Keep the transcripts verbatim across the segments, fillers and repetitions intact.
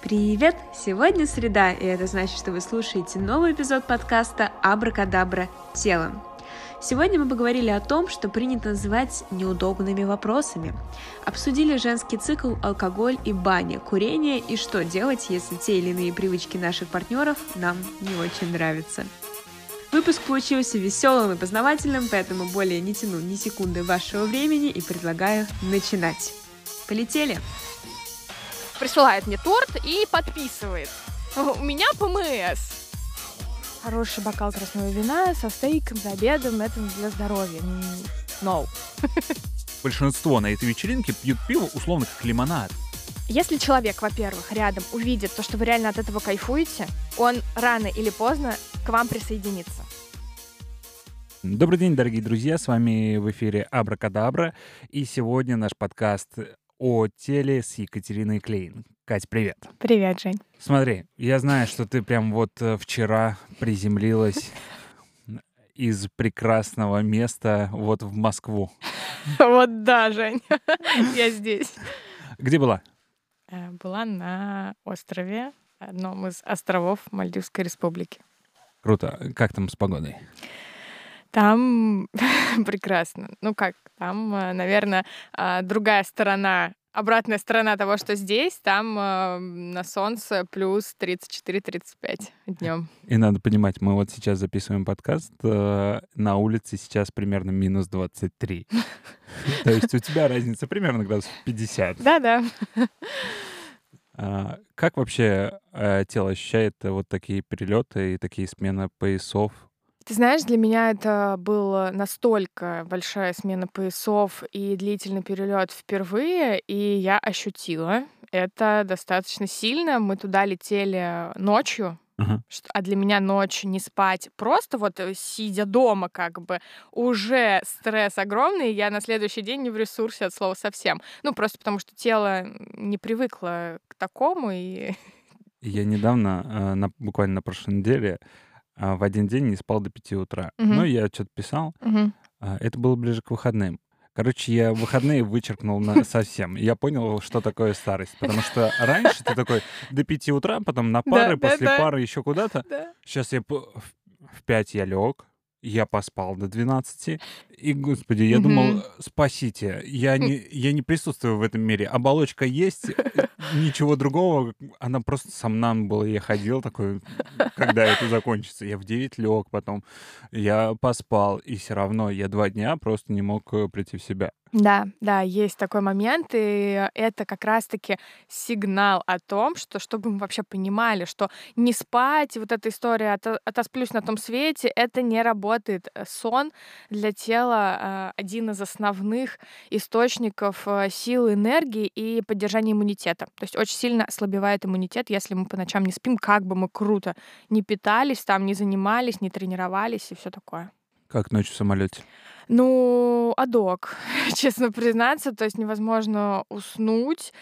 Привет! Сегодня среда, и это значит, что вы слушаете новый эпизод подкаста «Абракадабра. Тело». Сегодня мы поговорили о том, что принято называть неудобными вопросами. Обсудили женский цикл, алкоголь и баня, курение и что делать, если те или иные привычки наших партнеров нам не очень нравятся. Выпуск получился веселым и познавательным, поэтому более не тяну ни секунды вашего времени и предлагаю начинать. Полетели! Присылает мне торт и подписывает. У меня ПМС. Хороший бокал красного вина со стейком за обедом, это для здоровья. No. Большинство на этой вечеринке пьют пиво условно как лимонад. Если человек, во-первых, рядом увидит то, что вы реально от этого кайфуете, он рано или поздно к вам присоединится. Добрый день, дорогие друзья, с вами в эфире Абракадабра, и сегодня наш подкаст о теле с Екатериной Клейн. Кать, привет. Привет, Жень. Смотри, я знаю, что ты прям вот вчера приземлилась из прекрасного места вот в Москву. Вот да, Жень, я здесь. Где была? Была на острове, одном из островов Мальдивской республики. Круто. Как там с погодой? Там прекрасно. Ну как, там, наверное, другая сторона, обратная сторона того, что здесь, там на солнце плюс тридцать четыре тридцать пять днем. И надо понимать, мы вот сейчас записываем подкаст, на улице сейчас примерно минус двадцать три. То есть у тебя разница примерно градусов пятьдесят. Да-да. Как вообще тело ощущает вот такие перелеты и такие смены поясов? Ты знаешь, для меня это была настолько большая смена поясов и длительный перелет впервые, и я ощутила это достаточно сильно. Мы туда летели ночью, uh-huh. а для меня ночь не спать, просто вот сидя дома, как бы уже стресс огромный, я на следующий день не в ресурсе от слова совсем. Ну, просто потому что тело не привыкло к такому. И... Я недавно, на, буквально на прошлой неделе, в один день не спал до пяти утра. Uh-huh. Ну, я что-то писал. Uh-huh. Это было ближе к выходным. Короче, я выходные вычеркнул на совсем. Я понял, что такое старость. Потому что раньше ты такой до пяти утра, потом на пары, да, после да, пары еще куда-то. Да. Сейчас я в пять я лег, я поспал до двенадцати. И, господи, я mm-hmm. думал, спасите, я не, я не присутствую в этом мире. Оболочка есть, ничего другого. Она просто сомнамбула. Я ходил такой, когда это закончится. Я в девять лег, потом я поспал. И все равно я два дня просто не мог прийти в себя. Да, да, есть такой момент, и это как раз-таки сигнал о том, что, чтобы мы вообще понимали, что не спать, вот эта история от, отосплюсь на том свете, это не работает. Сон для тела один из основных источников силы, энергии и поддержания иммунитета. То есть очень сильно ослабевает иммунитет, если мы по ночам не спим, как бы мы круто не питались, там не занимались, не тренировались и все такое. Как ночью в самолете? Ну, адок, честно признаться, то есть невозможно уснуть.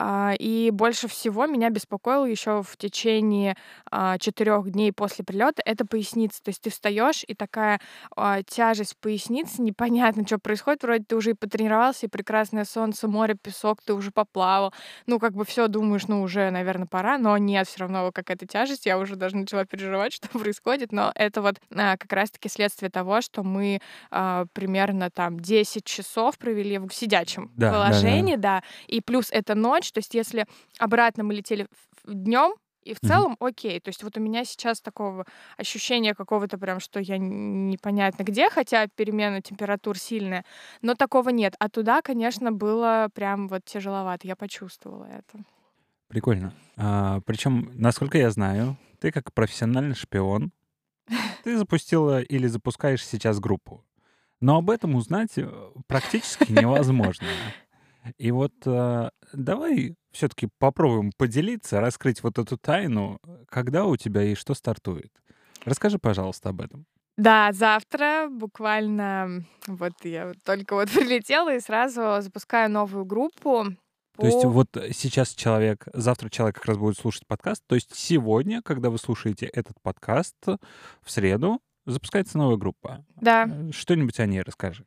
И больше всего меня беспокоило еще в течение четырех дней после прилета это поясница. То есть ты встаешь, и такая тяжесть в пояснице, непонятно, что происходит. Вроде ты уже и потренировался, и прекрасное солнце, море, песок, ты уже поплавал. Ну, как бы все думаешь, ну, уже, наверное, пора, но нет, все равно какая-то тяжесть. Я уже даже начала переживать, что происходит. Но это вот как раз-таки следствие того, что мы примерно там десять часов провели в сидячем да, положении, да, да. да, и плюс это ночь, то есть если обратно мы летели днем, и в целом mm-hmm. окей, то есть вот у меня сейчас такого ощущения какого-то прям, что я непонятно где, хотя перемена температур сильная, но такого нет, а туда, конечно, было прям вот тяжеловато, я почувствовала это. Прикольно. А, причем, насколько я знаю, ты как профессиональный шпион, ты запустила или запускаешь сейчас группу. Но об этом узнать практически невозможно. И вот э, давай все-таки попробуем поделиться, раскрыть вот эту тайну, когда у тебя и что стартует. Расскажи, пожалуйста, об этом. Да, завтра буквально вот я только вот прилетела и сразу запускаю новую группу. То есть вот сейчас человек, завтра человек как раз будет слушать подкаст, то есть сегодня, когда вы слушаете этот подкаст, в среду, запускается новая группа. Да. Что-нибудь о ней расскажи.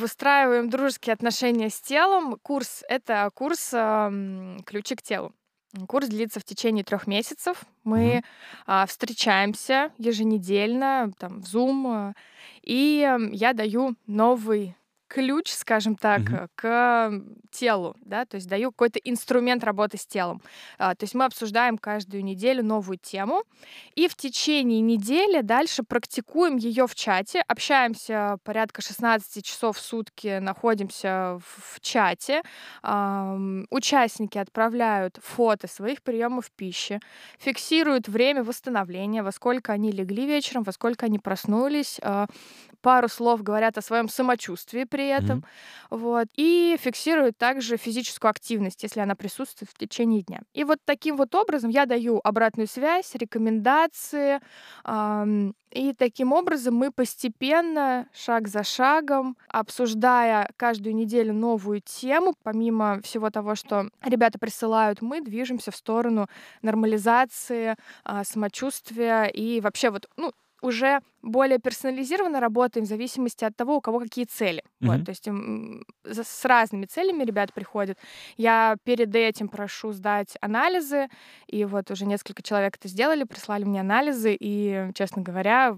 Выстраиваем дружеские отношения с телом. Курс — это курс «Ключи к телу». Курс длится в течение трех месяцев. Мгм. Мы а, встречаемся еженедельно, там, в Zoom, а, и м, я даю новый ключ, скажем так, Мгм. э, к м, телу, да, то есть даю какой-то инструмент работы с телом. А, То есть мы обсуждаем каждую неделю новую тему, и в течение недели дальше практикуем ее в чате, общаемся порядка шестнадцать часов в сутки, находимся в в чате. Ам, Участники отправляют фото своих приемов пищи, фиксируют время восстановления, во сколько они легли вечером, во сколько они проснулись, а, пару слов говорят о своем самочувствии при этом, Мгм. вот, и фиксируют также физическую активность, если она присутствует в течение дня. И вот таким вот образом я даю обратную связь, рекомендации, ам, и таким образом мы постепенно, шаг за шагом, обсуждая каждую неделю новую тему, помимо всего того, что ребята присылают, мы движемся в сторону нормализации а, самочувствия и вообще вот, ну, уже более персонализированно работаем в зависимости от того, у кого какие цели. Вот, Мгм. то есть м, за- с разными целями ребят приходят. Я перед этим прошу сдать анализы, и вот уже несколько человек это сделали, прислали мне анализы, и, честно говоря,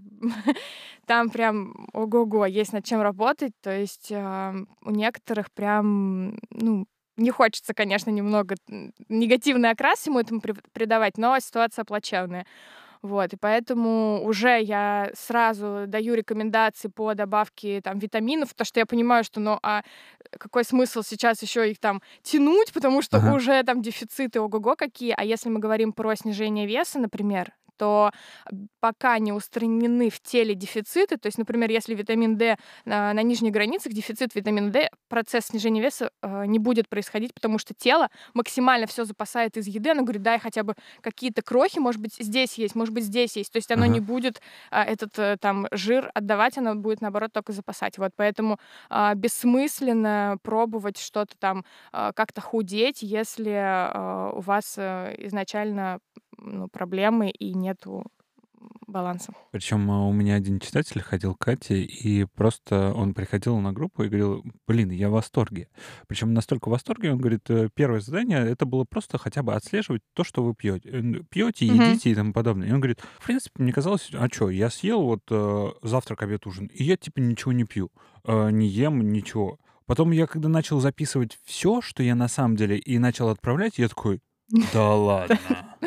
там прям ого-го, есть над чем работать. То есть а, у некоторых прям, ну, не хочется, конечно, немного м, негативный окрас всему этому при- придавать, но ситуация плачевная. Вот, и поэтому уже я сразу даю рекомендации по добавке там витаминов, потому что я понимаю, что, ну, а какой смысл сейчас еще их там тянуть, потому что Ага. уже там дефициты ого-го какие. А если мы говорим про снижение веса, например, то пока не устранены в теле дефициты, то есть, например, если витамин D на, на нижних границах, дефицит витамина D, процесс снижения веса э, не будет происходить, потому что тело максимально все запасает из еды. Оно говорит, дай хотя бы какие-то крохи, может быть, здесь есть, может быть, здесь есть. То есть оно не Ага. будет а, этот э, там жир отдавать, оно будет, наоборот, только запасать. Вот поэтому а, бессмысленно пробовать что-то там, а, как-то худеть, если а, у вас э, изначально ну, проблемы и нету баланса. Причем у меня один читатель ходил к Кате, и просто он приходил на группу и говорил, блин, я в восторге. Причем настолько в восторге, он говорит, «Э, первое задание, это было просто хотя бы отслеживать то, что вы пьете. Пьете, Мгм. едите и тому подобное. И он говорит, в принципе, мне казалось, а что, я съел вот э, завтрак, обед, ужин, и я типа ничего не пью, э, не ем, ничего. Потом я когда начал записывать все, что я на самом деле, и начал отправлять, я такой, да ладно.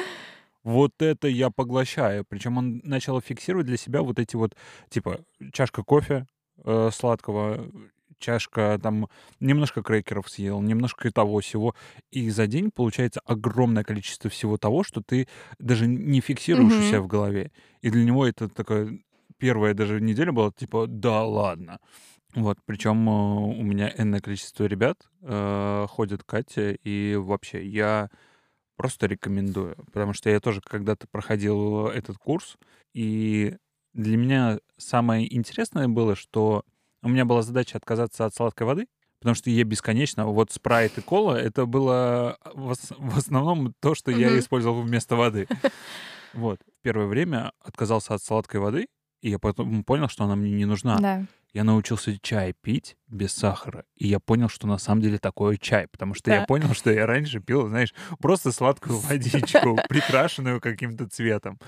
Вот это я поглощаю. Причем он начал фиксировать для себя вот эти вот, типа, чашка кофе э, сладкого, чашка там, немножко крекеров съел, немножко того всего. И за день получается огромное количество всего того, что ты даже не фиксируешь у себя Мгм. в голове. И для него это такая первая даже неделя была, типа, да ладно. Вот, причем э, у меня энное количество ребят э, ходят к Кате, и вообще я просто рекомендую, потому что я тоже когда-то проходил этот курс, и для меня самое интересное было, что у меня была задача отказаться от сладкой воды, потому что я бесконечно, вот спрайт и кола, это было в ос- в основном то, что я Мгм. использовал вместо воды. Вот. В первое время отказался от сладкой воды, и я потом понял, что она мне не нужна. Да. Я научился чай пить без сахара, и я понял, что на самом деле такое чай, потому что я Да. понял, что я раньше пил, знаешь, просто сладкую водичку, прикрашенную каким-то цветом.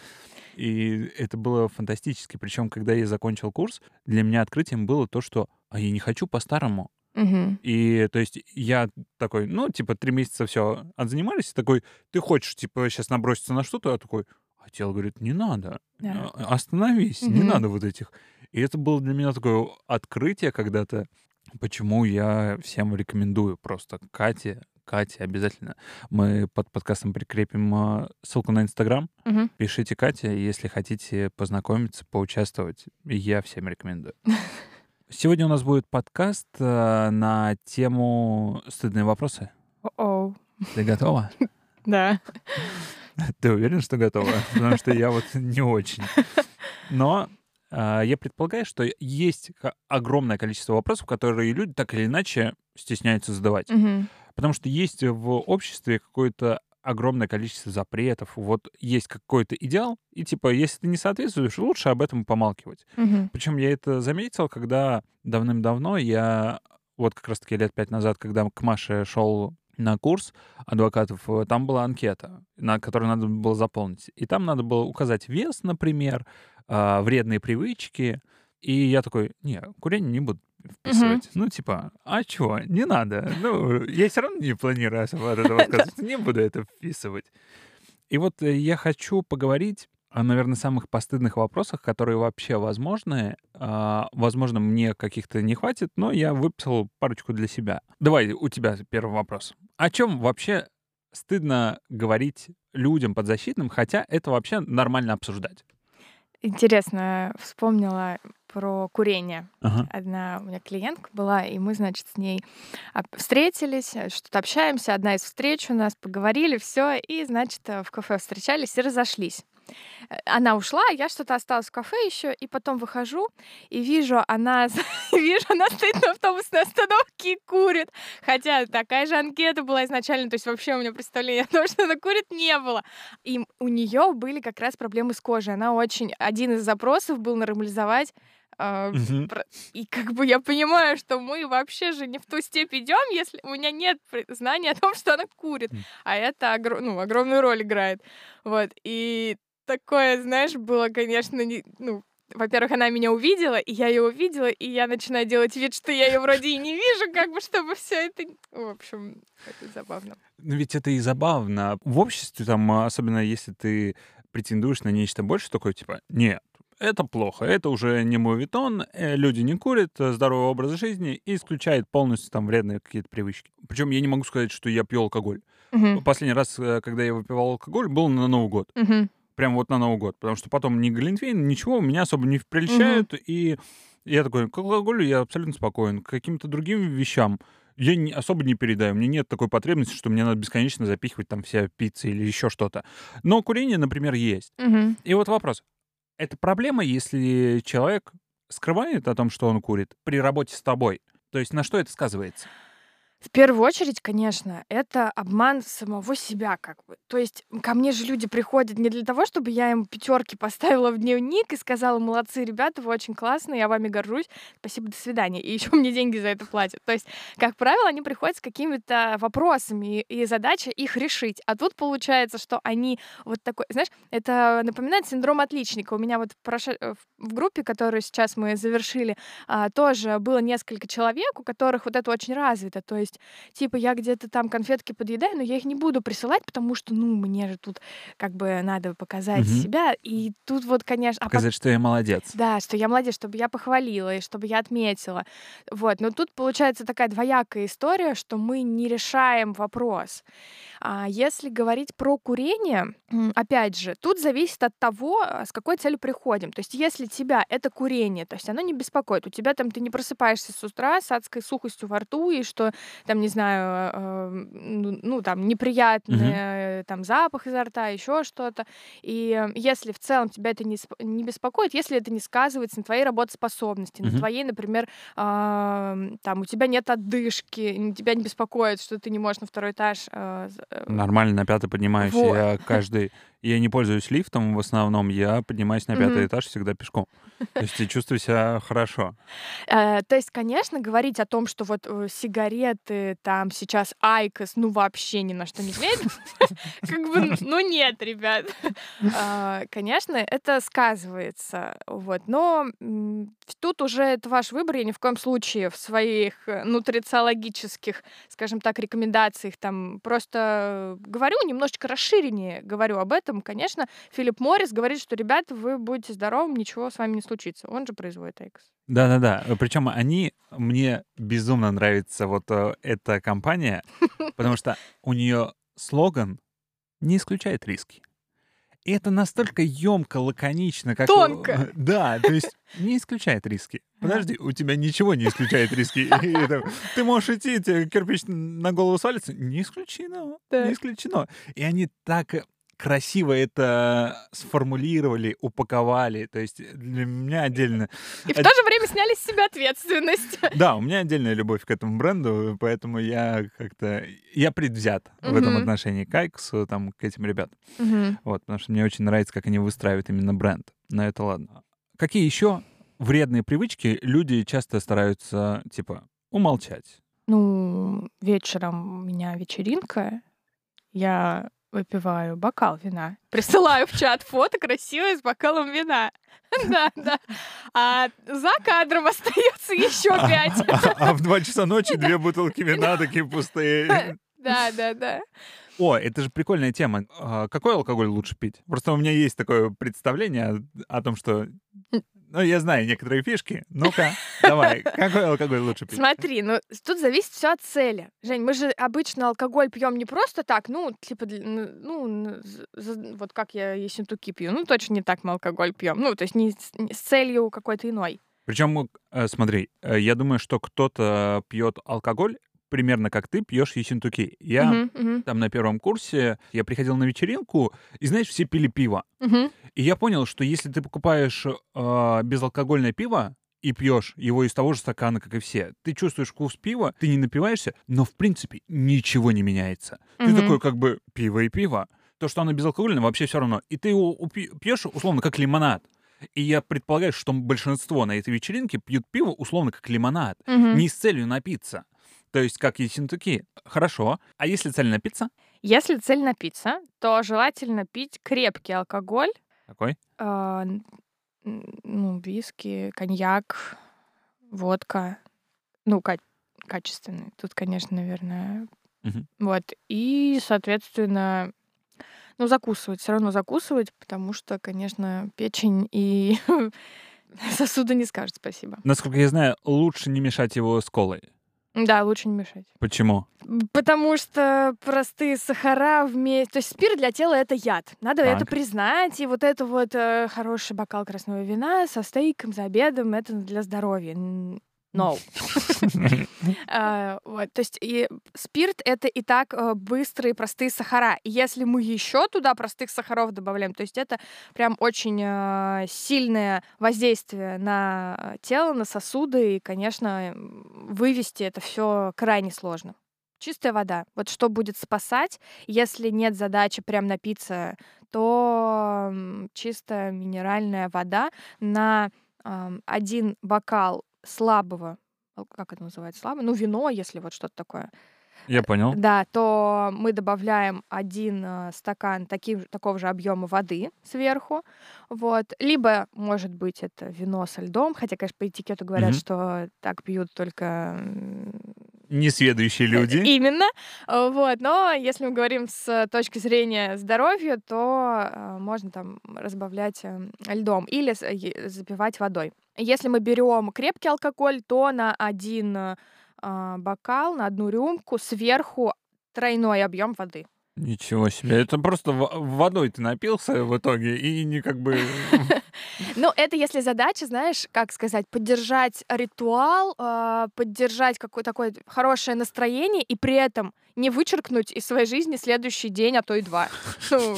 И это было фантастически. Причем, когда я закончил курс, для меня открытием было то, что а я не хочу по-старому. Мгм. И то есть я такой, ну, типа, три месяца все отзанимались, и такой, ты хочешь, типа, сейчас наброситься на что-то, а такой, а тело говорит, не надо, Да. а- остановись, не Мгм. надо вот этих. И это было для меня такое открытие когда-то, почему я всем рекомендую просто Кате, Кате обязательно. Мы под подкастом прикрепим а, ссылку на Инстаграм. Мгм. Пишите Кате, если хотите познакомиться, поучаствовать. Я всем рекомендую. Сегодня у нас будет подкаст э, на тему «Стыдные вопросы». О-оу. Ты готова? Да. Ты уверен, что готова? Потому что я вот не очень. Но а, я предполагаю, что есть ка- огромное количество вопросов, которые люди так или иначе стесняются задавать. Мгм. Потому что есть в обществе какое-то огромное количество запретов. Вот есть какой-то идеал, и типа, если ты не соответствуешь, лучше об этом помалкивать. Мгм. Причем я это заметил, когда давным-давно я, вот как раз-таки лет пять назад, когда к Маше шел на курс адвокатов, э, там была анкета, на которую надо было заполнить. И там надо было указать вес, например, а, вредные привычки. И я такой: не, курение не буду Мгм. вписывать. Ну, типа, а чё, не надо. Ну, я все равно не планирую особо от этого Да. отказываться, не буду это вписывать. И вот э, я хочу поговорить о, наверное, самых постыдных вопросах, которые вообще возможны. А, возможно, мне каких-то не хватит, но я выписал парочку для себя. Давай, у тебя первый вопрос. О чем вообще стыдно говорить людям подзащитным, хотя это вообще нормально обсуждать? Интересно, вспомнила про курение. Ага. Одна у меня клиентка была, и мы, значит, с ней об- встретились, э, что-то общаемся. Одна из встреч у нас, поговорили, все, и, значит, э, в кафе встречались и разошлись. Э, Она ушла, я что-то осталась в кафе еще, и потом выхожу и вижу, она, вижу, она стоит на автобусной остановке и курит. Хотя такая же анкета была изначально, то есть вообще у меня представления о том, что она курит, не было. И м- у нее были как раз проблемы с кожей. Она очень... Один из запросов был нормализовать а, Мгм. про- и как бы я понимаю, что мы вообще же не в ту степь идем, если у меня нет при- знания о том, что она курит. М. А это огр- ну, огромную роль играет. Вот. И такое, знаешь, было, конечно, не, ну, во-первых, она меня увидела, и я ее увидела, и я начинаю делать вид, что я ее вроде и не вижу, как бы, чтобы все это... В общем, это забавно. Ну ведь это и забавно. В обществе, там, а, особенно если ты претендуешь на нечто больше, такое типа: нет, это плохо, это уже не моветон, э, люди не курят, э, здоровый образ жизни, и исключает полностью там вредные какие-то привычки. Причем я не могу сказать, что я пью алкоголь. Мгм. Последний раз, э, когда я выпивал алкоголь, был на Новый год. Мгм. Прям вот на Новый год. Потому что потом ни глинтвейн, ничего меня особо не Мгм. прельщают. И я такой: к алкоголю я абсолютно спокоен. К каким-то другим вещам я не, особо не передаю. Мне нет такой потребности, что мне надо бесконечно запихивать там все пиццы или еще что-то. Но курение, например, есть. Мгм. И вот вопрос. Это проблема, если человек скрывает о том, что он курит при работе с тобой? То есть на что это сказывается? В первую очередь, конечно, это обман самого себя, как бы. То есть м, ко мне же люди приходят не для того, чтобы я им пятерки поставила в дневник и сказала: молодцы, ребята, вы очень классные, я вами горжусь, спасибо, до свидания. И еще мне деньги за это платят. То есть, как правило, они приходят с какими-то вопросами, и и задача их решить. А тут получается, что они вот такой, знаешь, это напоминает синдром отличника. У меня вот в, проше- э, в в группе, которую сейчас мы завершили, а, тоже было несколько человек, у которых вот это очень развито. То есть, типа, я где-то там конфетки подъедаю, но я их не буду присылать, потому что, ну, мне же тут как бы надо показать Мгм. себя. И тут вот, конечно... А пот- Показать, что я молодец. да, что я молодец, чтобы я похвалила и чтобы я отметила. Вот. Но тут получается такая двоякая история, что мы не решаем вопрос. А если говорить про курение, м, опять же, тут зависит от того, а, с какой целью приходим. То есть если тебя это курение, то есть оно не беспокоит, у тебя там ты не просыпаешься с утра с адской сухостью во рту, и что там, не знаю, э, ну, ну, там Мгм. неприятный э, там запах изо рта, еще что-то. И э, если в целом тебя это не, сп- не беспокоит, если это не сказывается на твоей работоспособности, на Мгм. твоей, например, а, м, там у тебя нет отдышки, н- тебя не беспокоит, что ты не можешь на второй этаж. э, з- э, Нормально, на пятый поднимаюсь. Вот. Я каждый... Я не пользуюсь лифтом в основном, я поднимаюсь на пятый Мгм. этаж всегда пешком. То есть я чувствую себя хорошо. Э, То есть, конечно, говорить о том, что вот э, сигареты, там сейчас Айкос, ну вообще ни на что не влияет, как бы, н- ну нет, ребят. А, Конечно, это сказывается, вот. Но м, тут уже это ваш выбор. Я ни в коем случае в своих э, нутрициологических, скажем так, рекомендациях там просто говорю немножечко расширеннее, говорю об этом. Конечно, Филипп Моррис говорит, что, ребята, вы будете здоровым, ничего с вами не случится. Он же производит Айкос. Да-да-да. Причем они... Мне безумно нравится вот э, эта компания, потому что у нее слоган «Не исключает риски». И это настолько емко, лаконично, как... Тонко. э, Да, то есть не исключает риски. Ага. Подожди, у тебя ничего не исключает риски. И это, ты можешь идти, тебе кирпич на голову свалится. Не исключено, Да. не исключено. И они так э, красиво это сформулировали, упаковали. То есть для меня отдельно... И в от- то же время сняли с себя ответственность. Да, у меня отдельная любовь к этому бренду, поэтому я как-то... Я предвзят в этом Мгм. отношении к Айксу, там, к этим ребятам. Мгм. Вот, потому что мне очень нравится, как они выстраивают именно бренд. Но это ладно. Какие еще вредные привычки люди часто стараются, типа, умолчать? Ну, вечером у меня вечеринка, я выпиваю бокал вина, присылаю в чат фото красивое с бокалом вина. Да, да. А за кадром остается еще пять. А в два часа ночи две бутылки вина такие пустые. Да, да, да. О, это же прикольная тема. А какой алкоголь лучше пить? Просто у меня есть такое представление о том, что... Ну, я знаю некоторые фишки. Ну-ка, давай, какой алкоголь лучше пить? Смотри, ну тут зависит все от цели. Жень, мы же обычно алкоголь пьем не просто так, ну, типа, ну, вот как я ессентуки пью, ну, точно не так мы алкоголь пьем. Ну, то есть не с целью какой-то иной. Причем, смотри, я думаю, что кто-то пьет алкоголь примерно как ты пьешь ессентуки. Я Мгм, мгм, там на первом курсе, я приходил на вечеринку, и, знаешь, все пили пиво. мгм. И я понял, что если ты покупаешь э, безалкогольное пиво и пьешь его из того же стакана, как и все, ты чувствуешь вкус пива, ты не напиваешься, но в принципе ничего не меняется. Ты Мгм. такой как бы пиво и пиво. То, что оно безалкогольное, вообще все равно. И ты его упи- пьешь условно как лимонад. И я предполагаю, что большинство на этой вечеринке пьют пиво условно как лимонад. Мгм. Не с целью напиться. То есть как ессентуки. Хорошо. А если цель напиться? Если цель напиться, то желательно пить крепкий алкоголь, Какой? а, н- н- ну, виски, коньяк, водка, ну, ка- качественный. Тут, конечно, наверное, Мгм. вот. И, соответственно, ну, закусывать, все равно закусывать, потому что, конечно, печень и сосуды не скажут спасибо. Насколько я знаю, лучше не мешать его с колой. Да, лучше не мешать. Почему? М, Потому что простые сахара вместе... То есть спирт для тела — это яд. Надо это Так. признать. И вот это вот э, хороший бокал красного вина со стейком за обедом — это для здоровья. Н- No. А, вот, то есть и спирт — это и так э, быстрые простые сахара. И если мы еще туда простых сахаров добавляем, то есть это прям очень э, сильное воздействие на тело, на сосуды, и, конечно, м, вывести это все крайне сложно. Чистая вода. Вот что будет спасать, если нет задачи прям напиться, то м, чистая минеральная вода на ам, один бокал слабого, ал- как это называется, слабое, ну, вино, если вот что-то такое, Я понял. да, то мы добавляем один э, стакан таким, такого же объема воды сверху, вот. Либо, может быть, это вино со льдом, хотя, конечно, по этикету говорят, Мгм. что так пьют только м, Несведущие люди. именно, э, вот. Но если мы говорим с точки зрения здоровья, то э, можно там разбавлять э, льдом или с- е- запивать водой. Если мы берем крепкий алкоголь, то на один э, а, бокал, на одну рюмку сверху тройной объем воды. Ничего себе. Это просто во- водой ты напился в итоге и не как бы... Ну, это если задача, знаешь, как сказать, поддержать ритуал, а, поддержать какое-то такое хорошее настроение и при этом не вычеркнуть из своей жизни следующий день, а то и два. Ну,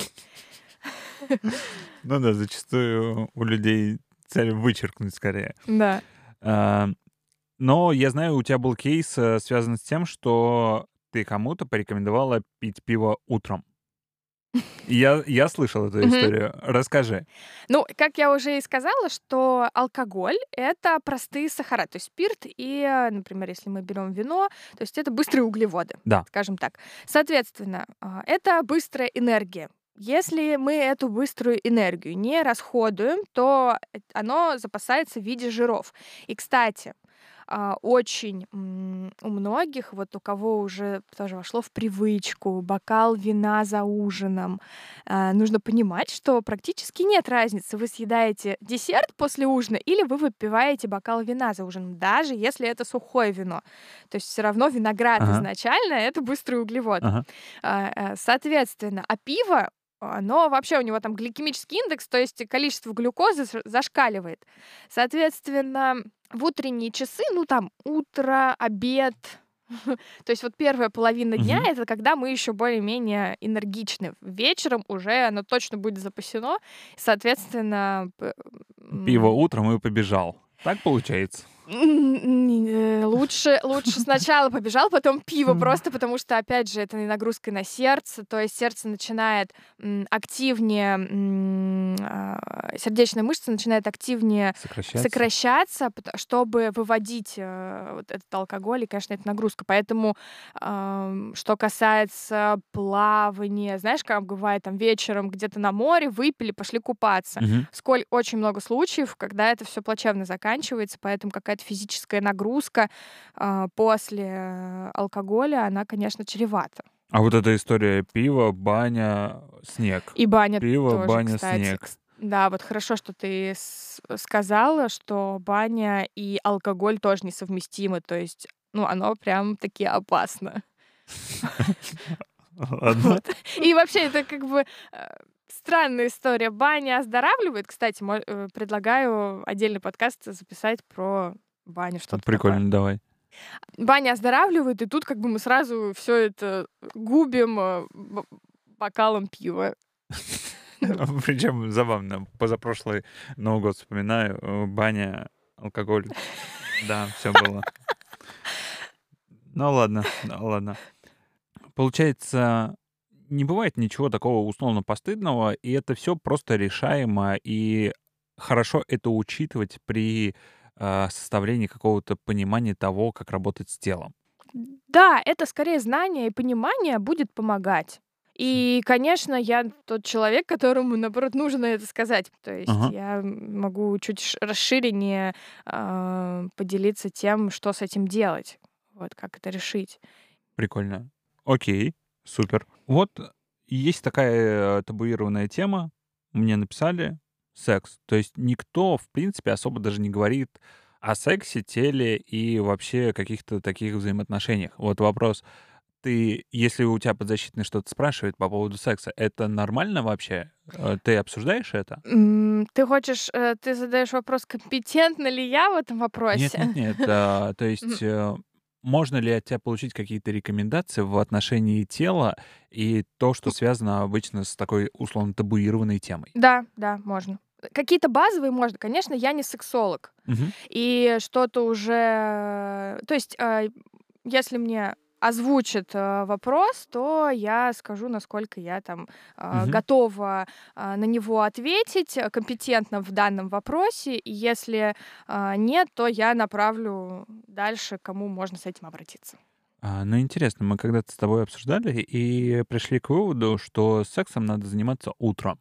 Ну да, зачастую у людей цель вычеркнуть скорее. да. А, Но я знаю, у тебя был кейс, э, связан с тем, что ты кому-то порекомендовала пить пиво утром. Я, я слышал эту Мгм. историю. Расскажи. Ну, как я уже и сказала, что алкоголь — это простые сахара, то есть спирт и, э, например, если мы берем вино, то есть это быстрые углеводы, Да. скажем так. Соответственно, а, это быстрая энергия. Если мы эту быструю энергию не расходуем, то э- оно запасается в виде жиров. И, кстати, а, очень м, у многих, вот у кого уже тоже вошло в привычку бокал вина за ужином, а, нужно понимать, что практически нет разницы, вы съедаете десерт после ужина или вы выпиваете бокал вина за ужином, даже если это сухое вино. То есть все равно виноград Ага, изначально — это быстрый углевод. ага. А, э, Соответственно, а пиво, оно вообще, у него там гликемический индекс, то есть количество глюкозы заш- зашкаливает. Соответственно, в утренние часы, ну там утро, обед, то есть вот первая половина дня — Мгм. это когда мы еще более-менее энергичны. Вечером уже оно точно будет запасено, соответственно, п- Пиво м, утром и побежал. Так получается? М, э, Лучше, лучше сначала побежал, потом пиво, просто потому что, опять же, это и нагрузка на сердце, то есть сердце начинает м, активнее, м, а, сердечная мышца начинает активнее Сокращаться. сокращаться, пот- чтобы выводить э, вот этот алкоголь, и, конечно, это нагрузка. Поэтому, ам, что касается плавания, знаешь, как бывает там вечером где-то на море, выпили, пошли купаться. Мгм. Сколь очень много случаев, когда это все плачевно заканчивается, поэтому какая-то физическая нагрузка а, после э, алкоголя, она, конечно, чревата. А вот эта история пива, баня, снег. И баня Пиво, тоже, баня, кстати. снег. Кс- Да, вот хорошо, что ты с- сказала, что баня и алкоголь тоже несовместимы, то есть, ну, оно прям таки опасно. Ладно. Вот. И вообще это как бы э, странная история. Баня оздоравливает. Кстати, мо- э, предлагаю отдельный подкаст записать про баню, что-то такое. Прикольно, давай. Баня оздоравливает, и тут как бы мы сразу все это губим э, б- бокалом пива. Причем забавно. Позапрошлый Новый год вспоминаю. э, Баня, алкоголь. Да, все было. Ну ладно, ну ладно. Получается, не бывает ничего такого условно постыдного, и это все просто решаемо, и хорошо это учитывать при а, составлении какого-то понимания того, как работать с телом. Да, это скорее знание и понимание будет помогать. Ш- И, конечно, я тот человек, которому, наоборот, нужно это сказать. То есть Ага, я могу чуть ш- расширеннее а, поделиться тем, что с этим делать. Вот как это решить. прикольно. Окей, супер. Вот есть такая э, табуированная тема, мне написали, секс. То есть никто, в принципе, особо даже не говорит о сексе, теле и вообще каких-то таких взаимоотношениях. Вот вопрос, ты, если у тебя подзащитный что-то спрашивает по поводу секса, это нормально вообще? Э, Ты обсуждаешь это? М, Ты хочешь, э, ты задаешь вопрос, компетентна ли я в этом Нет, нет, вопросе? нет. а, То Мгм. есть э, можно ли от тебя получить какие-то рекомендации в отношении тела и то, что связано обычно с такой условно табуированной темой? Да, да, можно. Какие-то базовые можно. Конечно, я не сексолог. Мгм. И что-то уже... То есть, а, если мне озвучат э, вопрос, то я скажу, насколько я там а, Мгм. готова а, на него ответить э, компетентно в данном вопросе. И если а, нет, то я направлю дальше, к кому можно с этим обратиться. А, Ну, интересно, мы когда-то с тобой обсуждали и пришли к выводу, что сексом надо заниматься утром.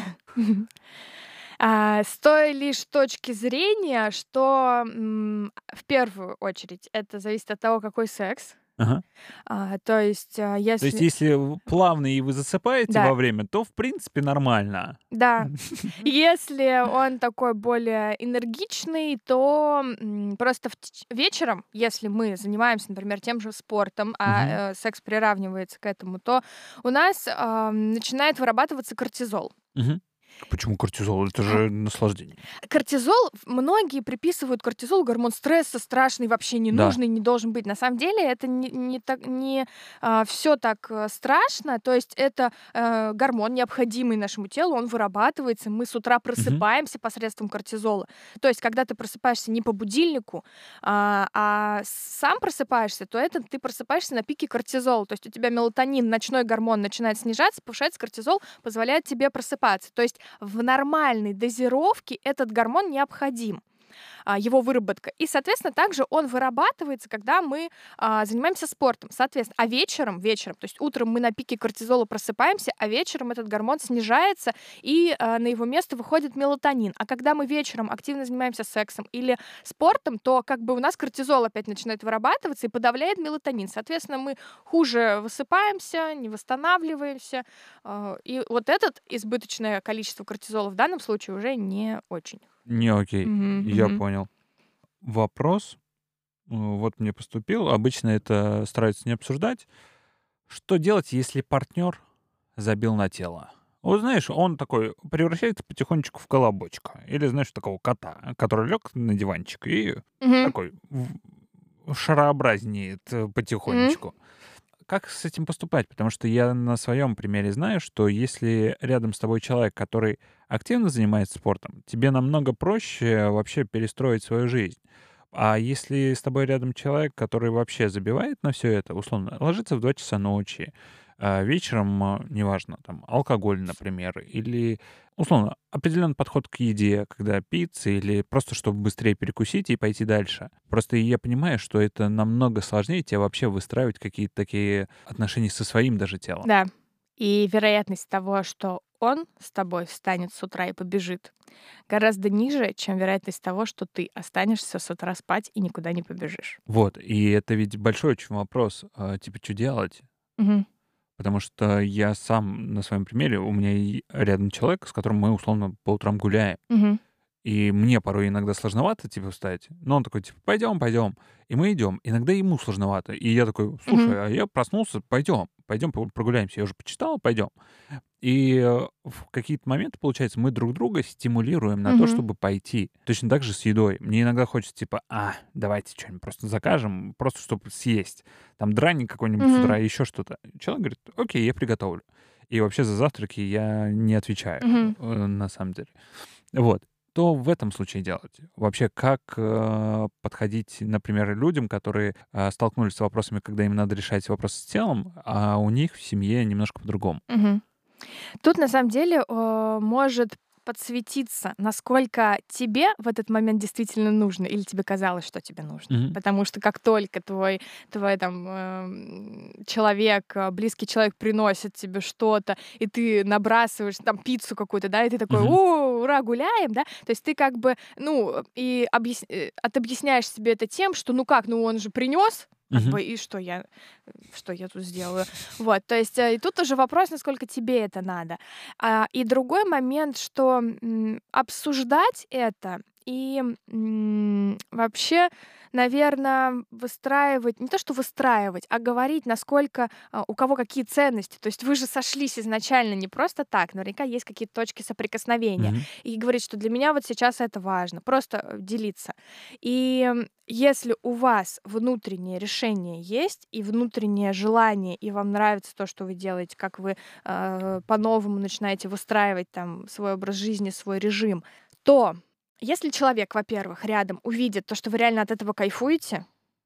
А, с той лишь точки зрения, что м, в первую очередь это зависит от того, какой секс. Ага. А, то есть, а, То есть, если... если в- плавно и вы засыпаете Да, во время, то в принципе нормально. да. Если он такой более энергичный, то м, просто в теч- вечером, если мы занимаемся, например, тем же спортом, Мгм. а э, секс приравнивается к этому, то у нас ам, начинает вырабатываться кортизол. Мгм. Почему кортизол? Это же наслаждение. Кортизол, в- многие приписывают кортизол, гормон стресса, страшный, вообще Да. ненужный, не должен быть. На самом деле это не, не, так, не все так э, страшно. То есть это э, гормон, необходимый нашему телу, он вырабатывается. Мы с утра Мгм. просыпаемся посредством кортизола. То есть когда ты просыпаешься не по будильнику, а, а сам просыпаешься, то это ты просыпаешься на пике кортизола. То есть у тебя мелатонин, ночной гормон начинает снижаться, повышается кортизол, позволяет тебе просыпаться. То есть в нормальной дозировке этот гормон необходим, а, его выработка. И, соответственно, также он вырабатывается, когда мы а, занимаемся спортом. Соответственно, а вечером, вечером, то есть утром мы на пике кортизола просыпаемся, а вечером этот гормон снижается, и а, на его место выходит мелатонин. А когда мы вечером активно занимаемся сексом или спортом, то как бы у нас кортизол опять начинает вырабатываться и подавляет мелатонин. Соответственно, мы хуже высыпаемся, не восстанавливаемся. а, И вот этот избыточное количество кортизола в данном случае уже не очень. Не окей. Мгм, Я мгм. понял. Вопрос, э, вот мне поступил. Обычно это стараются не обсуждать. Что делать, если партнер забил на тело? Вот знаешь, он такой превращается потихонечку в колобочка. Или, знаешь, такого кота, который лег на диванчик и Мгм. такой в- шарообразнеет э, М. потихонечку. Как с этим поступать? Потому что я на своем примере знаю, что если рядом с тобой человек, который активно занимается спортом, тебе намного проще вообще перестроить свою жизнь. А если с тобой рядом человек, который вообще забивает на все это, условно, ложится в два часа ночи, а вечером, а, неважно, там, алкоголь, например, или, условно, определенный подход к еде, когда пицца или просто чтобы быстрее перекусить и пойти дальше. Просто я понимаю, что это намного сложнее тебе вообще выстраивать какие-то такие отношения со своим даже телом. Да. И вероятность того, что он с тобой встанет с утра и побежит, гораздо ниже, чем вероятность того, что ты останешься с утра спать и никуда не побежишь. Вот, и это ведь большой очень вопрос, а, типа, что делать? Мгм. Потому что я сам на своем примере, у меня и рядом человек, с которым мы, условно, по утрам гуляем. Мгм. И мне порой иногда сложновато, типа, встать. Но он такой, типа, пойдем, пойдем. И мы идем. Иногда ему сложновато. И я такой, Мгм. слушай, а я проснулся, пойдем, пойдем прогуляемся. Я уже почитал, пойдем. И э, в какие-то моменты, получается, мы друг друга стимулируем на то, Мгм. чтобы пойти. Точно так же с едой. Мне иногда хочется, типа, а, давайте что-нибудь просто закажем, просто чтобы съесть. Там драник какой-нибудь с Мгм. утра, еще что-то. Человек говорит, окей, я приготовлю. И вообще за завтраки я не отвечаю, Мгм. э, на самом деле. Вот. Что в этом случае делать? Вообще, как э, подходить, например, людям, которые э, столкнулись с вопросами, когда им надо решать вопросы с телом, а у них в семье немножко по-другому? Мгм. Тут на самом деле э, может подсветиться, насколько тебе в этот момент действительно нужно, или тебе казалось, что тебе нужно. Мгм. Потому что как только твой, твой там эм, человек, э, близкий человек приносит тебе что-то, и ты набрасываешь там пиццу какую-то, да, и ты такой, Мгм. о, ура, гуляем, да, то есть ты как бы, ну, и объяс- э, отобъясняешь себе это тем, что, ну как, ну он же принес, как Мгм. бы, и что я, что я тут сделаю? Вот, то есть э, и тут уже вопрос, насколько тебе это надо. А, и другой момент, что м, обсуждать это и м, вообще, наверное, выстраивать, не то что выстраивать, а говорить, насколько а, у кого какие ценности. То есть вы же сошлись изначально не просто так, наверняка есть какие-то точки соприкосновения. Мгм. И говорить, что для меня вот сейчас это важно, просто э, делиться. И м, если у вас внутреннее решение есть и внутреннее желание, и вам нравится то, что вы делаете, как вы э, по-новому начинаете выстраивать там свой образ жизни, свой режим, то если человек, во-первых, рядом увидит то, что вы реально от этого кайфуете,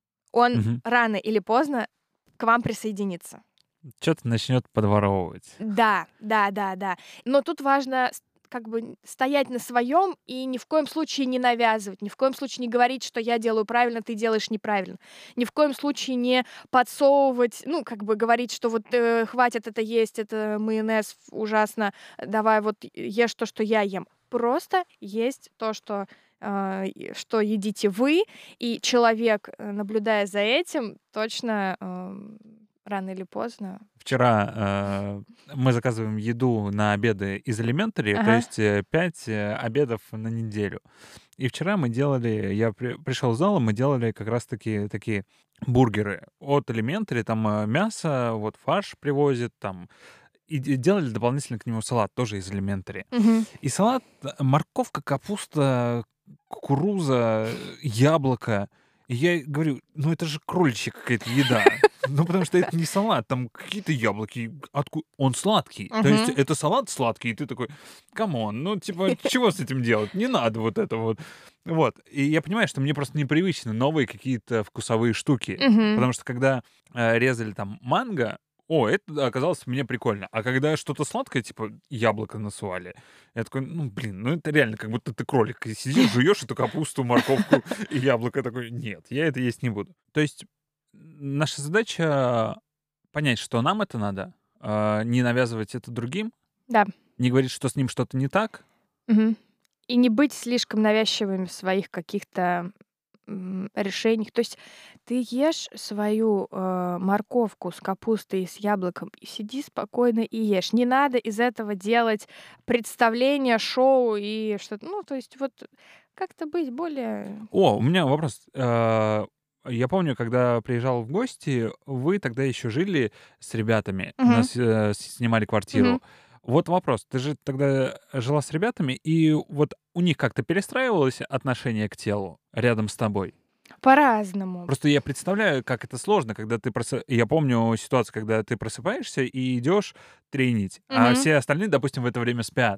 он Мгм. рано или поздно к вам присоединится. Что-то начнет подворовывать. Да, да, да, да. Но тут важно с- как бы н- стоять на своем и ни в коем случае не навязывать, ни в коем случае не говорить, что я делаю правильно, ты делаешь неправильно. Ни в коем случае не подсовывать, ну, как бы говорить, что вот э, хватит это есть, это майонез ужасно, давай вот ешь то, что я ем. Просто есть то, что, э, и- что едите вы, и человек, э, наблюдая за этим, точно эм, рано или поздно. Вчера э, мы заказываем еду на обеды из Elementary, то Ага. есть э, пять э, обедов на неделю. И вчера мы делали, я при- пришел в зал, и мы делали как раз-таки такие бургеры от Elementary, там э, мясо, вот фарш привозят, там, и де- делали дополнительно к нему салат, тоже из Elementary. Мгм. И салат, э, морковка, капуста, кукуруза, э, яблоко. И я говорю, ну это же кроличья какая-то еда. Ну, потому что это не салат, там какие-то яблоки. Отку... Он сладкий. То есть Мгм. это салат сладкий, и ты такой, камон, ну, типа, чего с этим делать? Не надо вот это вот. Вот. И я понимаю, что мне просто непривычны новые какие-то вкусовые штуки. Мгм. Потому что когда э, резали там манго, о, это оказалось мне прикольно. А когда что-то сладкое, типа яблоко насували, я такой, ну, блин, ну это реально как будто ты кролик. И сидишь, жуешь эту капусту, морковку и яблоко. Такой, нет, я это есть не буду. То есть наша задача понять, что нам это надо, а, не навязывать это другим, Да. не говорить, что с ним что-то не так. Мгм. И не быть слишком навязчивыми в своих каких-то м, решениях. То есть ты ешь свою э, морковку с капустой и с яблоком, и сиди спокойно и ешь. Не надо из этого делать представление, шоу и что-то. Ну, то есть вот как-то быть более... О, у меня вопрос. А, Я помню, когда приезжал в гости, вы тогда еще жили с ребятами, у Мгм. нас э, с- снимали Мгм. квартиру. Вот вопрос. Ты же тогда жила с ребятами, и вот у них как-то перестраивалось отношение к телу рядом с тобой? По-разному. Просто я представляю, как это сложно, когда ты просы... Я помню ситуацию, когда ты просыпаешься и идешь тренить, а Мгм. все остальные, допустим, в это время спят.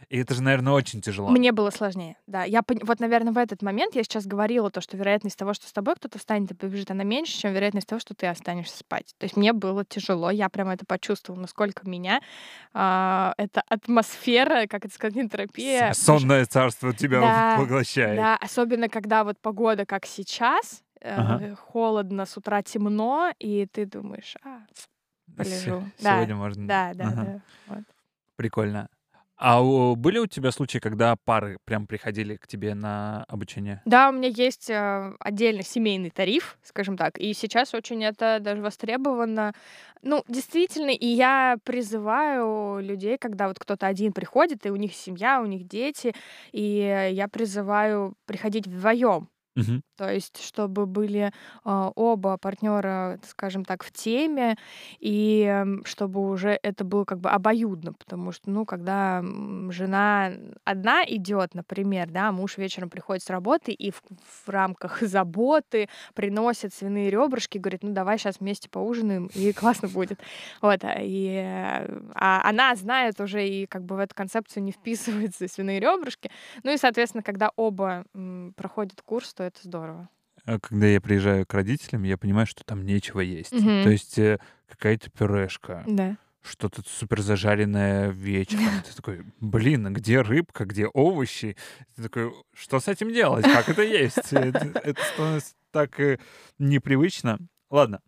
И это же, наверное, очень тяжело. Мне было сложнее, да. Я пон... Вот, наверное, в этот момент я сейчас говорила то, что вероятность того, что с тобой кто-то встанет и побежит, она меньше, чем вероятность того, что ты останешься спать. То есть мне было тяжело, я прямо это почувствовала, насколько меня а, эта атмосфера, как это сказать, энтропия... Сонное царство тебя Да, поглощает. да, особенно когда вот погода как сейчас, э, Ага. холодно, с утра темно, и ты думаешь, а, полежу. Се- Да, Сегодня можно... да, да, Ага. да. Вот. Прикольно. А у- были у тебя случаи, когда пары прям приходили к тебе на обучение? Да, у меня есть э, отдельно семейный тариф, скажем так, и сейчас очень это даже востребовано. Ну, действительно, и я призываю людей, когда вот кто-то один приходит, и у них семья, у них дети, и я призываю приходить вдвоем. Мгм. То есть, чтобы были а, оба партнера, скажем так, в теме, и м, чтобы уже это было как бы обоюдно, потому что, ну, когда м, жена одна идет, например, да, муж вечером приходит с работы и в, в рамках заботы приносит свиные ребрышки, говорит, ну, давай сейчас вместе поужинаем, и классно будет. Вот, а, и, э, а она знает уже и как бы в эту концепцию не вписывается свиные ребрышки. Ну и, соответственно, когда оба м, проходят курс, то это здорово. А Когда я приезжаю к родителям, я понимаю, что там нечего есть. То Мгм. есть э, какая-то пюрешка, Да. что-то супер зажаренное вечером. Ты такой, блин, а где рыбка, где овощи? Ты такой, что с этим делать? Как это есть? Это, это становится так э, непривычно. Ладно.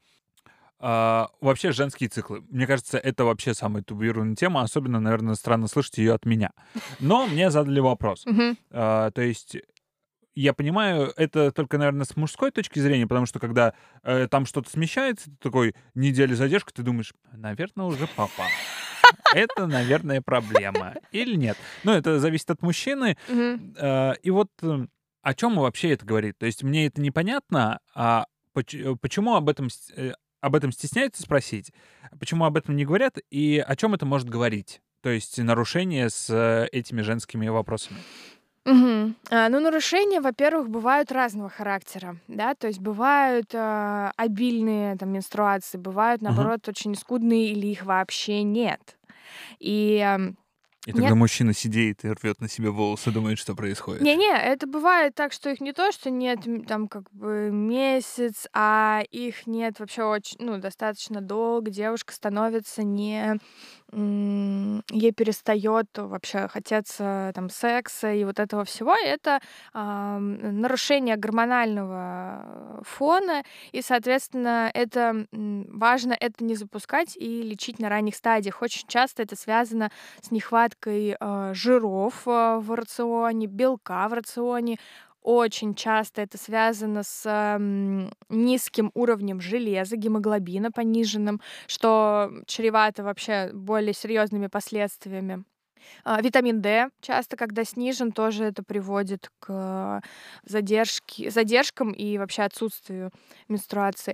А, вообще женские циклы. Мне кажется, это вообще самая табуированная тема. Особенно, наверное, странно слышать ее от меня. Но мне задали вопрос. Мгм. А, то есть я понимаю, это только, наверное, с мужской точки зрения, потому что когда э, там что-то смещается, ты такой неделю задержка, ты думаешь, наверное, уже папа. Это, наверное, проблема. Или нет? Ну, это зависит от мужчины. Мгм. Э, И вот э, о чем вообще это говорит? То есть мне это непонятно, а поч- э, почему об этом, с- э, об этом стесняются спросить, почему об этом не говорят и о чем это может говорить? То есть нарушение с э, этими женскими вопросами. Мгм. А, ну, нарушения, во-первых, бывают разного характера, да, то есть бывают а, обильные там менструации, бывают, Мгм. наоборот, очень скудные или их вообще нет. И ам, И нет, тогда мужчина сидит и рвет на себе волосы, думает, что происходит. не-не, это бывает так, что их не то, что нет м, там как бы месяц, а их нет вообще очень, ну, достаточно долго, девушка становится не... м, ей перестает вообще хотеться там секса и вот этого всего. И это ам, нарушение гормонального фона, и, соответственно, это м, важно это не запускать и лечить на ранних стадиях. Очень часто это связано с нехваткой а, жиров а, в рационе, белка в рационе. Очень часто это связано с м, низким уровнем железа, гемоглобина пониженным, что чревато вообще более серьезными последствиями. А, Витамин D часто, когда снижен, тоже это приводит к задержке, задержкам и вообще отсутствию менструации.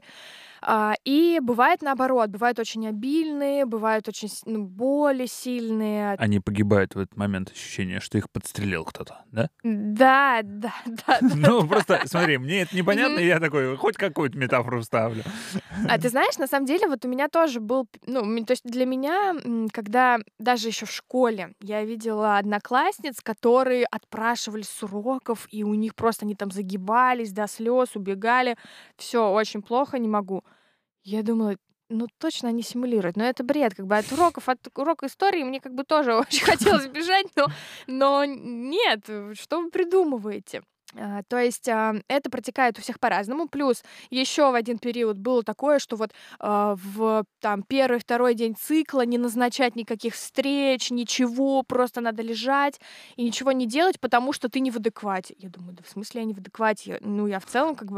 А, И бывает наоборот, бывают очень обильные, бывают очень с- ну, боли сильные. Они погибают в этот момент, ощущение, что их подстрелил кто-то, да? Да, да, да, да. Ну, просто, смотри, мне это непонятно, Мгм. и я такой, хоть какую-то метафору вставлю. А ты знаешь, на самом деле, вот у меня тоже был, п- ну, м, то есть для меня, м, когда даже еще в школе я видела одноклассниц, которые отпрашивались с уроков, и у них просто они там загибались до слез, убегали. Все, очень плохо, не могу. Я думала, ну точно они симулируют, но это бред, как бы от уроков, от урока истории мне как бы тоже очень хотелось бежать, но, но нет, э, что вы придумываете? А, То есть а, это протекает у всех по-разному. Плюс еще в один период было такое, что вот а, в там первый, второй день цикла не назначать никаких встреч, ничего, просто надо лежать и ничего не делать, потому что ты не в адеквате. Я думаю, да в смысле я не в адеквате? Я- Ну, я в целом как бы...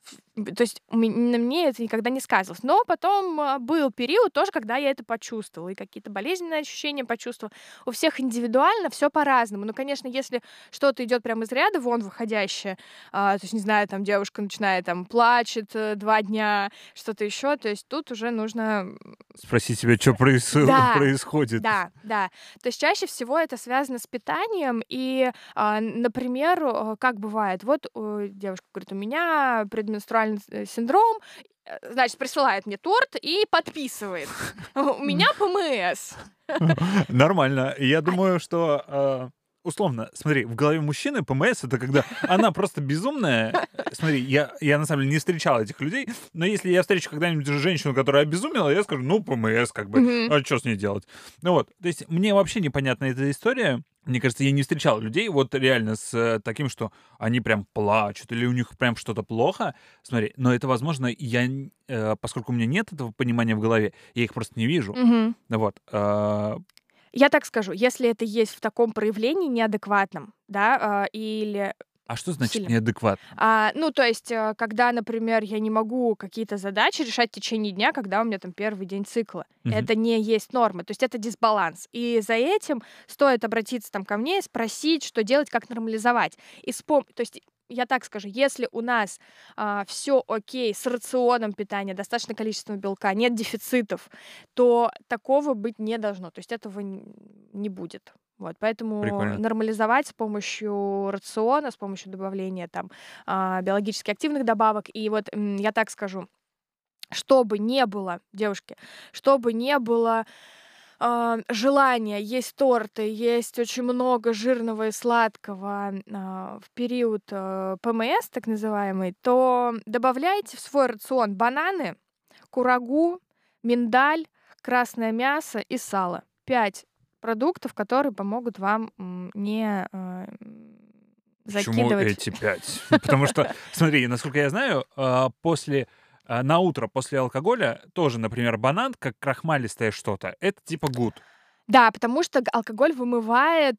в- То есть у ме- на мне это никогда не сказывалось. Но потом а, был период тоже, когда я это почувствовала, и какие-то болезненные ощущения почувствовала. У всех индивидуально все по-разному. Ну, конечно, если что-то идет прямо из ряда вон выходящее, а, то есть, не знаю, там девушка начинает там плачет э, два дня, что-то еще, то есть тут уже нужно... Спроси себя, что Да, происходит. да, да. То есть чаще всего это связано с питанием. И, а, например, э, как бывает, вот э, девушка говорит, у меня предменструальный э, синдром, значит, присылает мне торт и подписывает. У меня ПМС. Нормально. Я думаю, что... э, Условно, смотри, в голове мужчины ПМС — это когда она просто безумная. Смотри, я, я на самом деле не встречал этих людей, но если я встречу когда-нибудь женщину, которая обезумела, я скажу, ну, ПМС, как бы, Мгм. а что с ней делать? Ну вот, то есть мне вообще непонятна эта история. Мне кажется, я не встречал людей вот реально с э, таким, что они прям плачут или у них прям что-то плохо. Смотри, но это, возможно, я, н- э, поскольку у меня нет этого понимания в голове, я их просто не вижу. Мгм. Ну вот, э, Я так скажу, если это есть в таком проявлении неадекватном, да, а, или а что значит сильном. неадекватно? А, ну, то есть, э, когда, например, я не могу какие-то задачи решать в течение дня, когда у меня там первый день цикла. Мгм. Это не есть норма, то есть это дисбаланс. И за этим стоит обратиться там ко мне и спросить, что делать, как нормализовать. И спом... То есть я так скажу, если у нас все окей с рационом питания, достаточное количество белка, нет дефицитов, то такого быть не должно. То есть этого н- не будет. Вот, поэтому Прикольно. нормализовать с помощью рациона, с помощью добавления там а, биологически активных добавок. И вот м, я так скажу, чтобы не было, девушки, чтобы не было а, желания есть торты, есть очень много жирного и сладкого а, в период а, ПМС, так называемый, то добавляйте в свой рацион бананы, курагу, миндаль, красное мясо и сало. Пять продуктов, которые помогут вам м, не а, м, Почему закидывать. эти пять? Потому что, смотри, насколько я знаю, а, после а, на утро после алкоголя тоже, например, банан, как крахмалистое что-то, это типа гуд. Да, потому что г- алкоголь вымывает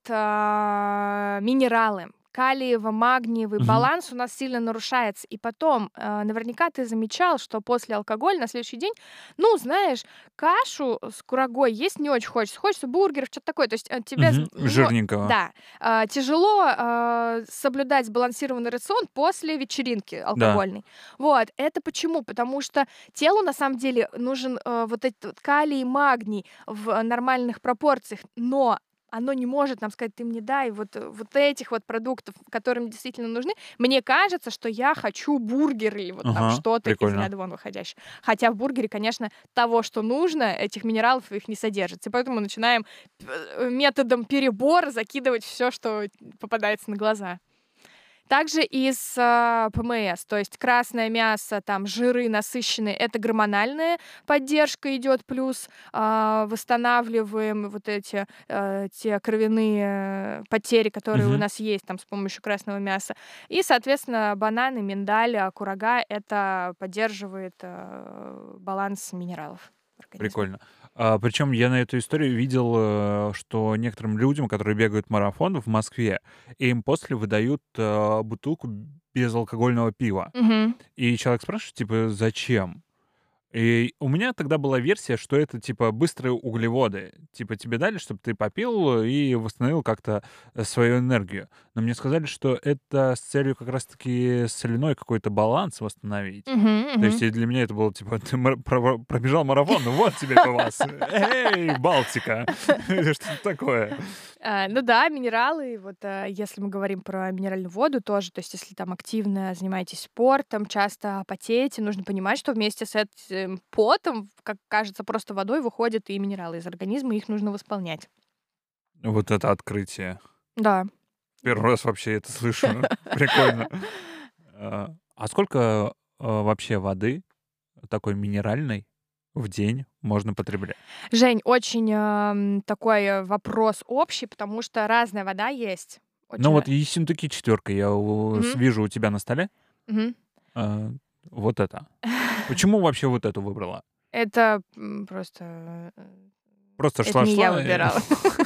а, минералы. Калиево-магниевый Мгм. баланс у нас сильно нарушается. И потом, а, наверняка ты замечал, что после алкоголя на следующий день, ну, знаешь, кашу с курагой есть не очень хочется. Хочется бургеров, что-то такое. То есть а, тебе... Мгм. з- ну, Жирненького. да, а, тяжело а, соблюдать сбалансированный рацион после вечеринки Да. алкогольной. Вот, это почему? Потому что телу на самом деле нужен э, вот этот вот калий и магний в нормальных пропорциях, но оно не может нам сказать, ты мне дай вот, э, вот этих вот продуктов, которые мне действительно нужны. Мне кажется, что я хочу бургер или вот там Ага, что-то из прикольно. ряда вон выходящее. Хотя в бургере, конечно, того, что нужно, этих минералов их не содержится. И поэтому мы начинаем э, методом перебора закидывать все, что попадается на глаза. Также из а, ПМС, то есть красное мясо, там жиры насыщенные, это гормональная поддержка идет, плюс а, восстанавливаем вот эти э, те кровяные э, потери, которые у Мгм. нас есть там с помощью красного мяса. И, соответственно, бананы, миндаль, а, курага это поддерживает э, баланс минералов в организме. Прикольно. А, причем я на эту историю видел, э, что некоторым людям, которые бегают марафон в Москве, им после выдают э, бутылку безалкогольного пива. Мгм. И человек спрашивает, типа, зачем? И у меня тогда была версия, что это типа быстрые углеводы. Типа тебе дали, чтобы ты попил и восстановил как-то э, свою энергию. Но мне сказали, что это с целью как раз-таки соляной какой-то баланс восстановить. Мгм, То есть мгм. и для меня это было типа, ты мар- про- пробежал марафон, ну вот тебе вас. Эй, Балтика! Или что-то такое. А, ну да, минералы, вот а, если мы говорим про минеральную воду тоже, то есть если там активно занимаетесь спортом, часто потеете, нужно понимать, что вместе с этим потом, как кажется, просто водой выходят и минералы из организма, и их нужно восполнять. Вот это открытие. Да. Первый раз вообще это слышу. Прикольно. А а сколько а, вообще воды такой минеральной в день можно потреблять? Жень, очень ам, такой э, вопрос общий, потому что разная вода есть. Ну Очень... вот ра- Ессентуки четверка я у- с- Мгм, вижу у тебя на столе. мгм. А, Вот это. Почему вообще вот эту выбрала? Это м, просто э, Просто это не я шла-шла. и- выбирала.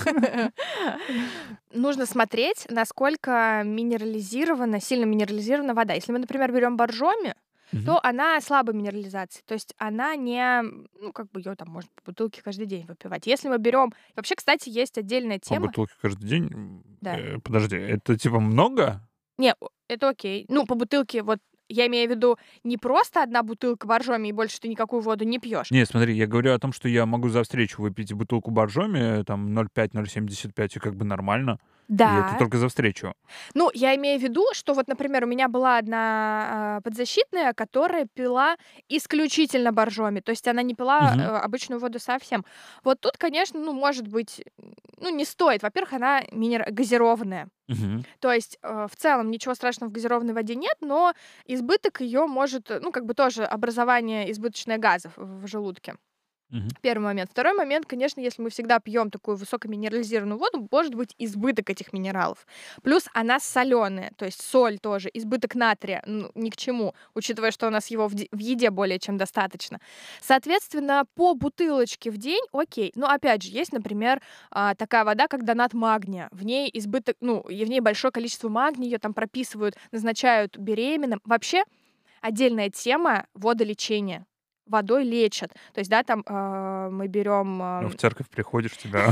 Нужно смотреть, насколько минерализирована, сильно минерализирована вода. Если мы, например, берем боржоми, Мгм. то она слабой минерализации. То есть она не, ну, как бы ее там можно по бутылке каждый день выпивать. Если мы берем... Вообще, кстати, есть отдельная По тема. бутылке каждый день? М, Да. э, Подожди, это типа много? Не, о- это окей. Ну, по бутылке, вот я имею в виду не просто одна бутылка боржоми, и больше ты никакую воду не пьешь. Не, смотри, я говорю о том, что я могу за встречу выпить бутылку боржоми, там ноль пять ноль семьдесят пять, и как бы нормально. И это Да. только за встречу. Ну, я имею в виду, что вот, например, у меня была одна а, подзащитная, которая пила исключительно боржоми. То есть она не пила э, Мгм. обычную воду совсем. Вот тут, конечно, ну, может быть, м, ну, не стоит. Во-первых, она минер- газированная. Мгм. То есть э, в целом ничего страшного в газированной воде нет, но избыток ее может, э, ну, как бы тоже образование избыточных газов в в желудке. Мгм. Первый момент. Второй момент, конечно, если мы всегда пьем такую высокоминерализированную воду, может быть избыток этих минералов. Плюс она соленая, то есть соль тоже, избыток натрия, ну, ни к чему, учитывая, что у нас его в, ди- в еде более чем достаточно. Соответственно, по бутылочке в день, окей. Но опять же, есть, например, а, такая вода, как донат магния. В ней избыток, ну, и в ней большое количество магния, ее там прописывают, назначают беременным. Вообще, отдельная тема водолечения. Водой лечат. То есть, да, там а, мы берем Ну, в ам, церковь приходишь, тебя...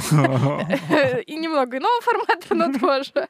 и немного иного формата, но тоже.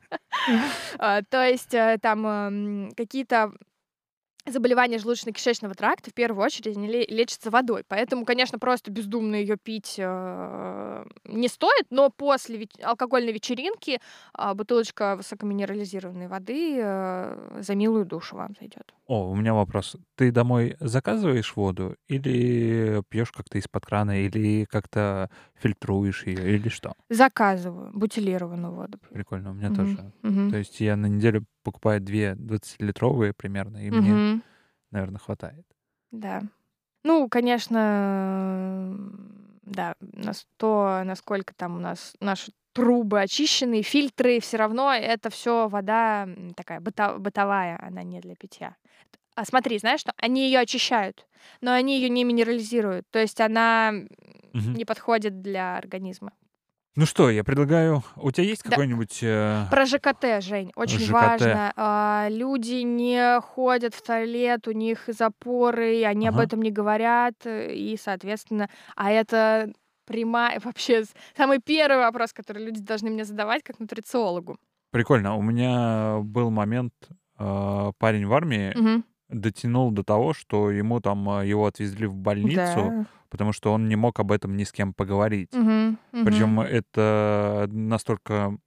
А, То есть э, там ам, какие-то заболевания желудочно-кишечного тракта в первую очередь они ле- лечатся водой. Поэтому, конечно, просто бездумно ее пить э, не стоит, но после веч- алкогольной вечеринки а, бутылочка высокоминерализированной воды э, за милую душу вам зайдет. О, у меня вопрос. Ты домой заказываешь воду или пьешь как-то из-под крана, или как-то фильтруешь ее, или что? Заказываю бутилированную воду. Пью. Прикольно, у меня Мгм, тоже. мгм, То есть я на неделю покупаю две двадцатилитровые примерно, и мне, мгм. наверное, хватает. Да. Ну, конечно, м, да, нас то, насколько там у нас наши трубы очищенные, фильтры, все равно это все вода м, такая быта- бытовая, она не для питья. А смотри, знаешь что? Они ее очищают, но они ее не минерализируют. То есть она м, Мгм. не подходит для организма. Ну что, я предлагаю... У тебя есть Да, какой-нибудь э, про ЖКТ, Жень, очень ЖКТ? важно. А, люди не ходят в туалет, у них запоры, и они об Ага. этом не говорят, э, и, соответственно, а это прямая вообще с- самый первый вопрос, который люди должны мне задавать как нутрициологу. Прикольно. У меня был момент, э, парень в армии Мгм. дотянул до того, что ему там э, его отвезли в больницу, Да. потому что он не мог об этом ни с кем поговорить. Мгм. Причем Мгм. это настолько...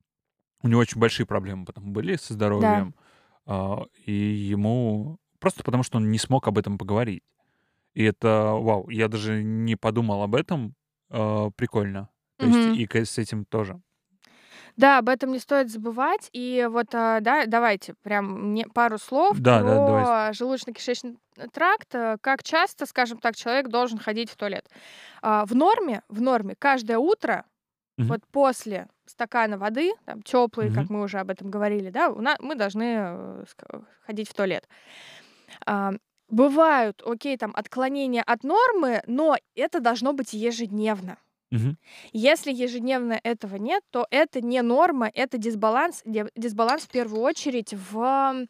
У него очень большие проблемы потом были со Да. здоровьем, а, и ему... Просто потому что он не смог об этом поговорить. И это, вау, я даже не подумал об этом. а, Прикольно. То есть Мгм. и к- с этим тоже. Да, об этом не стоит забывать. И вот, а, да, давайте прям мне пару слов Да, да, давай. про желудочно-кишечный тракт. Э, Как часто, скажем так, человек должен ходить в туалет? А, В норме, в норме каждое утро, Мгм, вот после стакана воды, там, теплой, мгм, как мы уже об этом говорили, да, у на- мы должны э, ска- ходить в туалет. А, Бывают, окей, там отклонения от нормы, но это должно быть ежедневно. мгм. Если ежедневно этого нет, то это не норма, это дисбаланс. Де- Дисбаланс в первую очередь в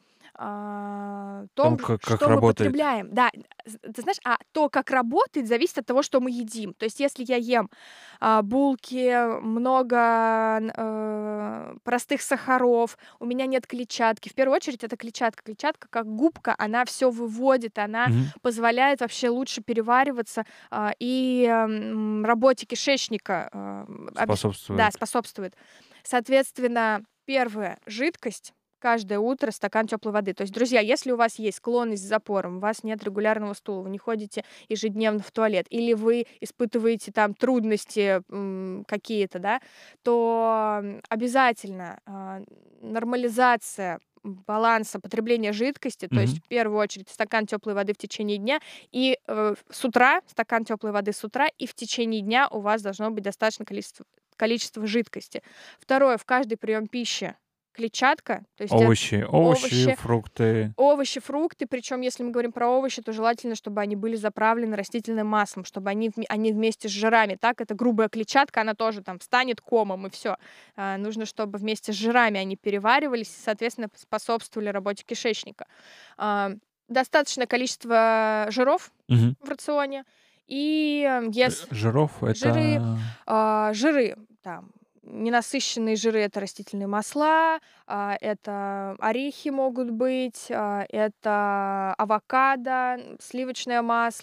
а, Том, том, как, как что мы работает. потребляем. Да, з- ты знаешь, а то, как работает, зависит от того, что мы едим. То есть, если я ем а, булки, много н- э, простых сахаров, у меня нет клетчатки. В первую очередь, это клетчатка. Клетчатка, как губка, она все выводит, она Мгм. позволяет вообще лучше перевариваться а, и м, работе кишечника а, обес- да, Способствует. способствует. Соответственно, первое — жидкость. Каждое утро стакан теплой воды. То есть, друзья, если у вас есть склонность к запорам, у вас нет регулярного стула, вы не ходите ежедневно в туалет, или вы испытываете там трудности м, какие-то, да, то м, обязательно а, нормализация баланса потребления жидкости, то есть Мгм. в первую очередь стакан теплой воды в течение дня, и э, с утра стакан теплой воды с утра, и в течение дня у вас должно быть достаточно количество, количество жидкости. Второе, в каждый прием пищи клетчатка, то есть это Овощи, овощи, овощи, фрукты. овощи, фрукты. Причем, если мы говорим про овощи, то желательно, чтобы они были заправлены растительным маслом, чтобы они, вме- они вместе с жирами. Так, это грубая клетчатка, она тоже там станет комом, и все. Нужно, чтобы вместе с жирами они переваривались и, соответственно, способствовали работе кишечника. А, Достаточное количество жиров Мгм. в рационе. И э, Э, если Жиров жиры, это... а, жиры, там, ненасыщенные жиры — это растительные масла, а, это орехи могут быть, а, это авокадо, м, сливочное масло.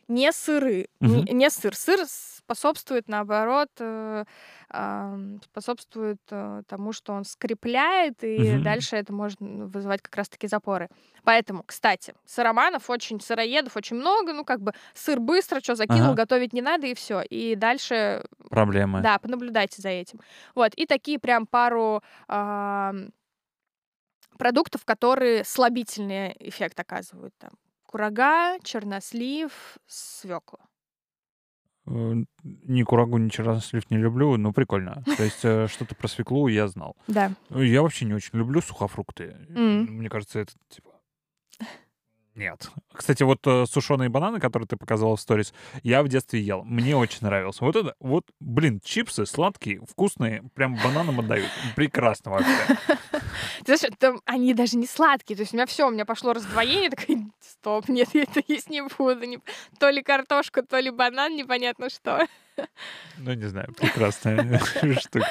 не сыры, Мгм. не, не сыр. Сыр способствует, наоборот, э, а, способствует э, тому, что он скрепляет, и Мгм. дальше это может м, вызывать как раз-таки запоры. Поэтому, кстати, сыроманов очень, сыроедов очень много, ну, как бы сыр быстро, что закинул, Ага. готовить не надо, и все. И дальше, Проблемы. да, понаблюдайте за этим. Вот, и такие прям пару ам, продуктов, которые слабительный эффект оказывают. Там курага, чернослив, свекла. Э, Ни курагу, ни чернослив не люблю, но прикольно. То есть э, что-то про свеклу я знал. Да. Э, Я вообще не очень люблю сухофрукты. М. Мне кажется, это типа... Нет. Кстати, вот сушеные бананы, которые ты показывал в сторис, я в детстве ел. Мне очень нравилось. Вот это, вот, блин, чипсы сладкие, вкусные, прям бананам отдают. Прекрасно вообще. Ты знаешь, там они даже не сладкие. То есть у меня все, у меня пошло раздвоение. Такая, стоп, нет, я это есть не буду. Не- То ли картошка, то ли банан, непонятно что. Ну, не знаю, прекрасная штука.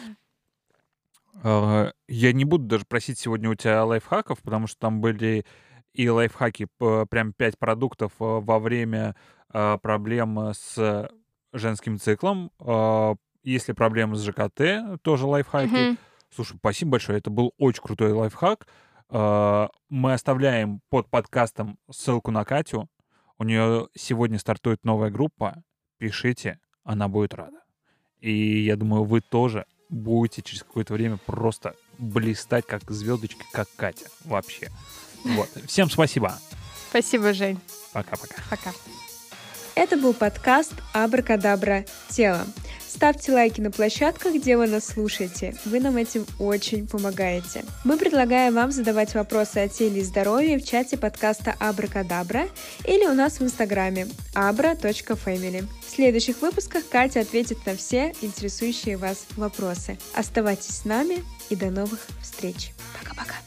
А, Я не буду даже просить сегодня у тебя лайфхаков, потому что там были и лайфхаки, п- прям пять продуктов э, во время а, проблем с женским циклом. А, Если проблемы с ЖКТ, тоже лайфхаки. Мгм. Слушай, спасибо большое, это был очень крутой лайфхак. А, Мы оставляем под подкастом ссылку на Катю. У нее сегодня стартует новая группа. Пишите, она будет рада. И я думаю, вы тоже будете через какое-то время просто блистать как звездочки, как Катя. Вообще. Вот. Всем спасибо. Спасибо, Жень. Пока-пока. Пока. Это был подкаст «Абракадабра. Тело». Ставьте лайки на площадках, где вы нас слушаете. Вы нам этим очень помогаете. Мы предлагаем вам задавать вопросы о теле и здоровье в чате подкаста «Абракадабра» или у нас в инстаграме абра точка фэмили. В следующих выпусках Катя ответит на все интересующие вас вопросы. Оставайтесь с нами и до новых встреч. Пока-пока.